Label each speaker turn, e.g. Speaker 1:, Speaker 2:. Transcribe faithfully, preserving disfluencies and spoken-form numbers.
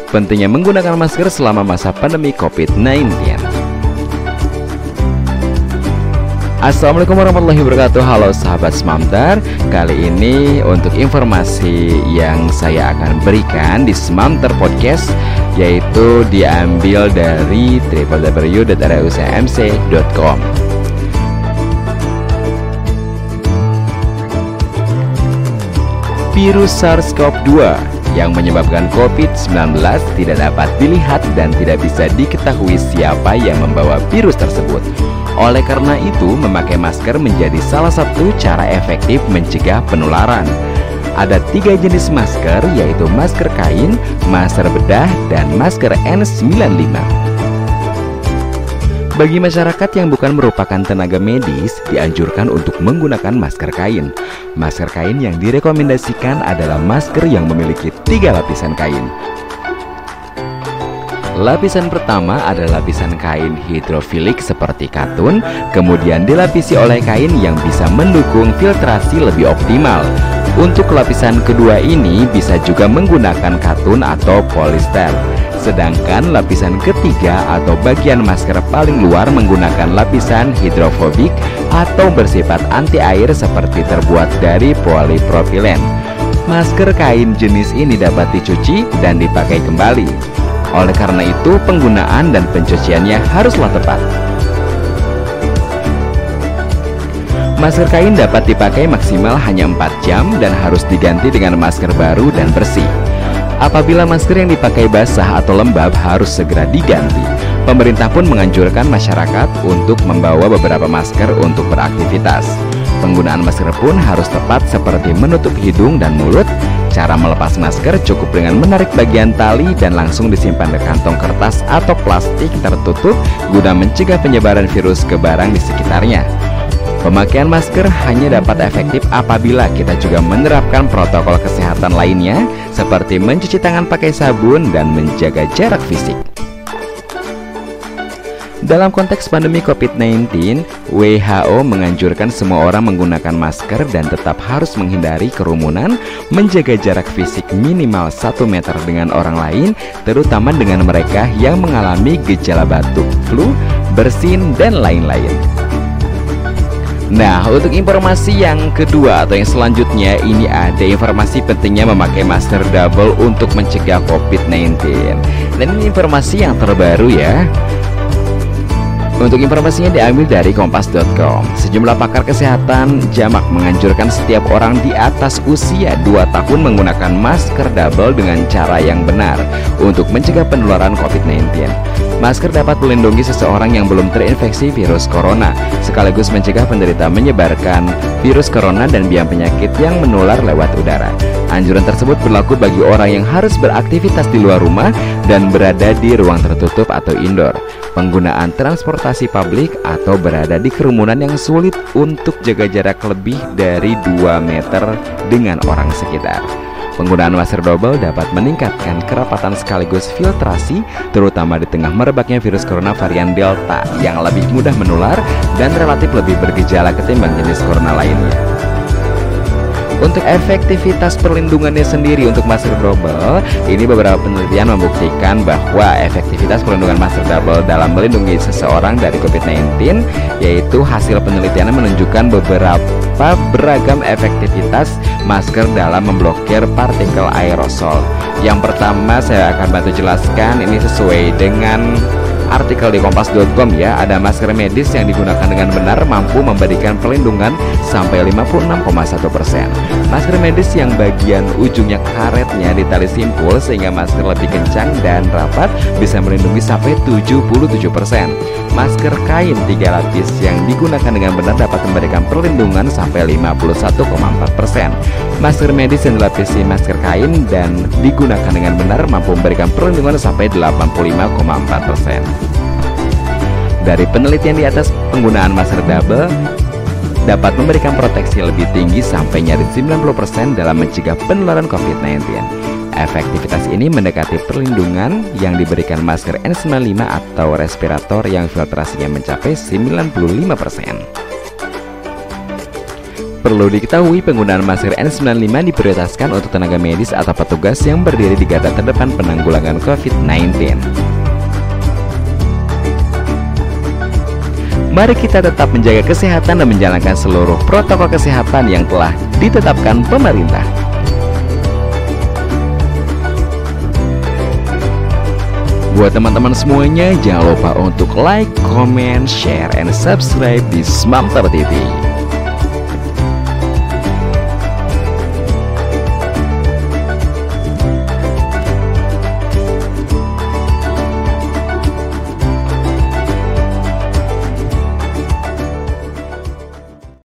Speaker 1: pentingnya menggunakan masker selama masa pandemi covid sembilan belas. Assalamualaikum warahmatullahi wabarakatuh. Halo sahabat Smamter. Kali ini untuk informasi yang saya akan berikan di Smamter Podcast, yaitu diambil dari w w w dot r u c m c dot com. Virus SARS-CoV dua yang menyebabkan covid sembilan belas tidak dapat dilihat dan tidak bisa diketahui siapa yang membawa virus tersebut. Oleh karena itu, memakai masker menjadi salah satu cara efektif mencegah penularan. Ada tiga jenis masker, yaitu masker kain, masker bedah, dan masker N sembilan puluh lima. Bagi masyarakat yang bukan merupakan tenaga medis, dianjurkan untuk menggunakan masker kain. Masker kain yang direkomendasikan adalah masker yang memiliki tiga lapisan kain. Lapisan pertama adalah lapisan kain hidrofilik seperti katun, kemudian dilapisi oleh kain yang bisa mendukung filtrasi lebih optimal. Untuk lapisan kedua ini bisa juga menggunakan katun atau polister. Sedangkan lapisan ketiga atau bagian masker paling luar menggunakan lapisan hidrofobik atau bersifat anti air seperti terbuat dari polipropilen. Masker kain jenis ini dapat dicuci dan dipakai kembali. Oleh karena itu, penggunaan dan pencuciannya haruslah tepat. Masker kain dapat dipakai maksimal hanya empat jam dan harus diganti dengan masker baru dan bersih. Apabila masker yang dipakai basah atau lembab, harus segera diganti. Pemerintah pun menganjurkan masyarakat untuk membawa beberapa masker untuk beraktivitas. Penggunaan masker pun harus tepat seperti menutup hidung dan mulut. Cara melepas masker cukup dengan menarik bagian tali dan langsung disimpan ke kantong kertas atau plastik tertutup guna mencegah penyebaran virus ke barang di sekitarnya. Pemakaian masker hanya dapat efektif apabila kita juga menerapkan protokol kesehatan lainnya seperti mencuci tangan pakai sabun dan menjaga jarak fisik. Dalam konteks pandemi covid sembilan belas, W H O menganjurkan semua orang menggunakan masker dan tetap harus menghindari kerumunan, menjaga jarak fisik minimal satu meter dengan orang lain, terutama dengan mereka yang mengalami gejala batuk, flu, bersin, dan lain-lain. Nah, untuk informasi yang kedua atau yang selanjutnya, ini ada informasi pentingnya memakai masker double untuk mencegah covid sembilan belas. Dan ini informasi yang terbaru ya. Untuk informasinya diambil dari kompas dot com. Sejumlah pakar kesehatan jamak menganjurkan setiap orang di atas usia dua tahun menggunakan masker double dengan cara yang benar untuk mencegah penularan covid sembilan belas. Masker dapat melindungi seseorang yang belum terinfeksi virus corona, sekaligus mencegah penderita menyebarkan virus corona dan biang penyakit yang menular lewat udara. Anjuran tersebut berlaku bagi orang yang harus beraktivitas di luar rumah dan berada di ruang tertutup atau indoor, penggunaan transportasi publik, atau berada di kerumunan yang sulit untuk jaga jarak lebih dari dua meter dengan orang sekitar. Penggunaan masker double dapat meningkatkan kerapatan sekaligus filtrasi, terutama di tengah merebaknya virus corona varian Delta yang lebih mudah menular dan relatif lebih bergejala ketimbang jenis corona lainnya. Untuk efektivitas perlindungannya sendiri untuk masker double, ini beberapa penelitian membuktikan bahwa efektivitas perlindungan masker double dalam melindungi seseorang dari covid sembilan belas, yaitu hasil penelitian menunjukkan beberapa beragam efektivitas masker dalam memblokir partikel aerosol. Yang pertama saya akan bantu jelaskan, ini sesuai dengan artikel di kompas dot com ya. Ada masker medis yang digunakan dengan benar mampu memberikan perlindungan sampai lima puluh enam koma satu persen. Masker medis yang bagian ujungnya karetnya ditali simpul sehingga masker lebih kencang dan rapat bisa melindungi sampai tujuh puluh tujuh persen. Masker kain tiga lapis yang digunakan dengan benar dapat memberikan perlindungan sampai lima puluh satu koma empat persen. Masker medis yang dilapisi masker kain dan digunakan dengan benar mampu memberikan perlindungan sampai delapan puluh lima koma empat persen. Dari penelitian di atas, penggunaan masker double dapat memberikan proteksi lebih tinggi sampai nyaris sembilan puluh persen dalam mencegah penularan covid sembilan belas. Efektivitas ini mendekati perlindungan yang diberikan masker N sembilan puluh lima atau respirator yang filtrasinya mencapai sembilan puluh lima persen. Perlu diketahui penggunaan masker N sembilan puluh lima diprioritaskan untuk tenaga medis atau petugas yang berdiri di garda terdepan penanggulangan covid sembilan belas. Mari kita tetap menjaga kesehatan dan menjalankan seluruh protokol kesehatan yang telah ditetapkan pemerintah. Buat teman-teman semuanya, jangan lupa untuk like, comment, share, and subscribe di Smamter T V.